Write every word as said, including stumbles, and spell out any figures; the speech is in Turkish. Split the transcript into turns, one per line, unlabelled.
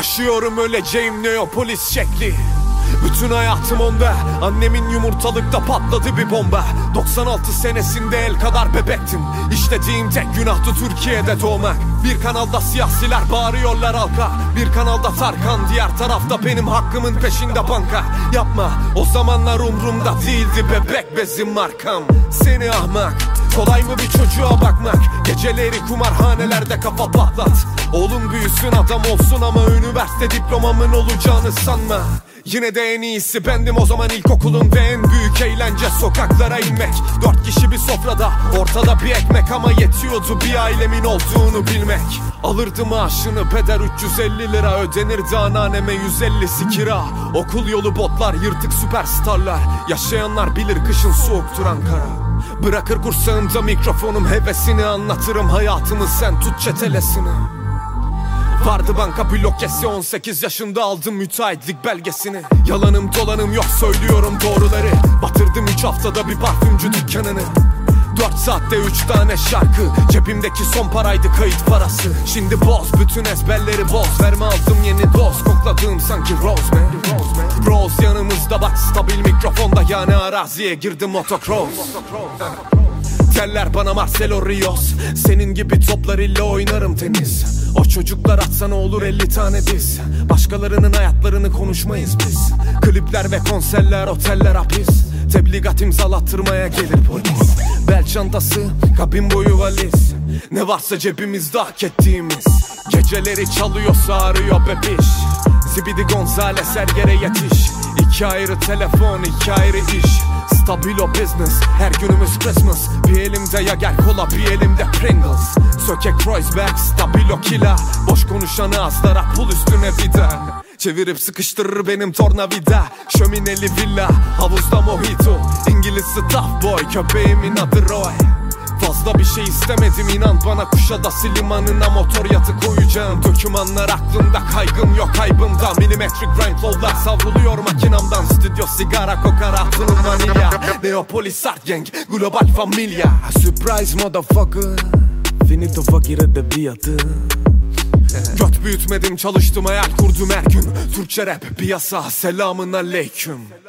Yaşıyorum öleceğim Neopolis şekli. Bütün hayatım onda. Annemin yumurtalıkta patladı bir bomba. doksan altı senesinde el kadar bebektim. İşlediğim tek günahtı Türkiye'de doğmak. Bir kanalda siyasiler bağırıyorlar halka, bir kanalda Tarkan, diğer tarafta benim hakkımın peşinde banka. Yapma, o zamanlar umrumda değildi bebek bezim markam. Seni ahmak, kolay mı bir çocuğa bakmak? Geceleri kumarhanelerde kafa patlat. Oğlum büyüsün adam olsun ama üniversite diplomamın olacağını sanma. Yine de en iyisi bendim o zaman ilkokulun ve en büyük eğlence sokaklara inmek. Dört kişi bir sofrada, ortada bir ekmek ama yetiyordu bir ailemin olduğunu bilmek. Alırdı maaşını peder üç yüz elli lira, ödenirdi anneanneme yüz ellisi kira. Okul yolu botlar, yırtık süperstarlar, yaşayanlar bilir kışın soğuktur Ankara. Bırakır kursağımda mikrofonum hevesini, anlatırım hayatını sen tut çetelesini. Vardı banka blokesi, on sekiz yaşında aldım müteahhitlik belgesini. Yalanım dolanım yok, söylüyorum doğruları. Batırdım üç haftada bir parfümcü dükkanını. Dört saatte üç tane şarkı, cebimdeki son paraydı kayıt parası. Şimdi boz bütün ezberleri boz, verme aldım yeni doz. Kokladığım sanki Rose man, Rose yanımızda bak stabil mikrofonda, yani araziye girdim motocross. Teller bana Marcelo Rios, senin gibi toplarıyla oynarım tenis. O çocuklar atsa ne olur elli tane diz. Başkalarının hayatlarını konuşmayız biz. Klipler ve konserler, oteller hapis. Tebligat imzalattırmaya gelir polis. Bel çantası, kabin boyu valiz. Ne varsa cebimizde hak ettiğimiz. Geceleri çalıyorsa arıyor bebiş. Zibidi Gonzales her yere yetiş. İki ayrı telefon, iki ayrı iş. Stabilo business, her günümüz Christmas. Bir elimde Yager kola, bir elimde Pringles. Söke Kreuzberg, stabilo kila. Boş konuşan ağızlara pul üstüne vida. Çevirip sıkıştırır benim tornavida. Şömineli villa, havuzda mojito. İngiliz staff boy, köpeğimin adı Roy. Fazla bir şey istemedim inan bana, Kuşadası limanına motor yatı koyacağım. Dokümanlar aklımda, kaygım yok kaybımda. Milimetrik grind flow'lar savruluyor makinamdan. Stüdyo sigara kokar aklım vanilya. Neopolis art gang, global familya.
Surprise motherfucker, finito fakir edebiyatı.
Göt büyütmedim, çalıştım, hayal kurdum her gün. Türkçe rap piyasa, selamın aleyküm.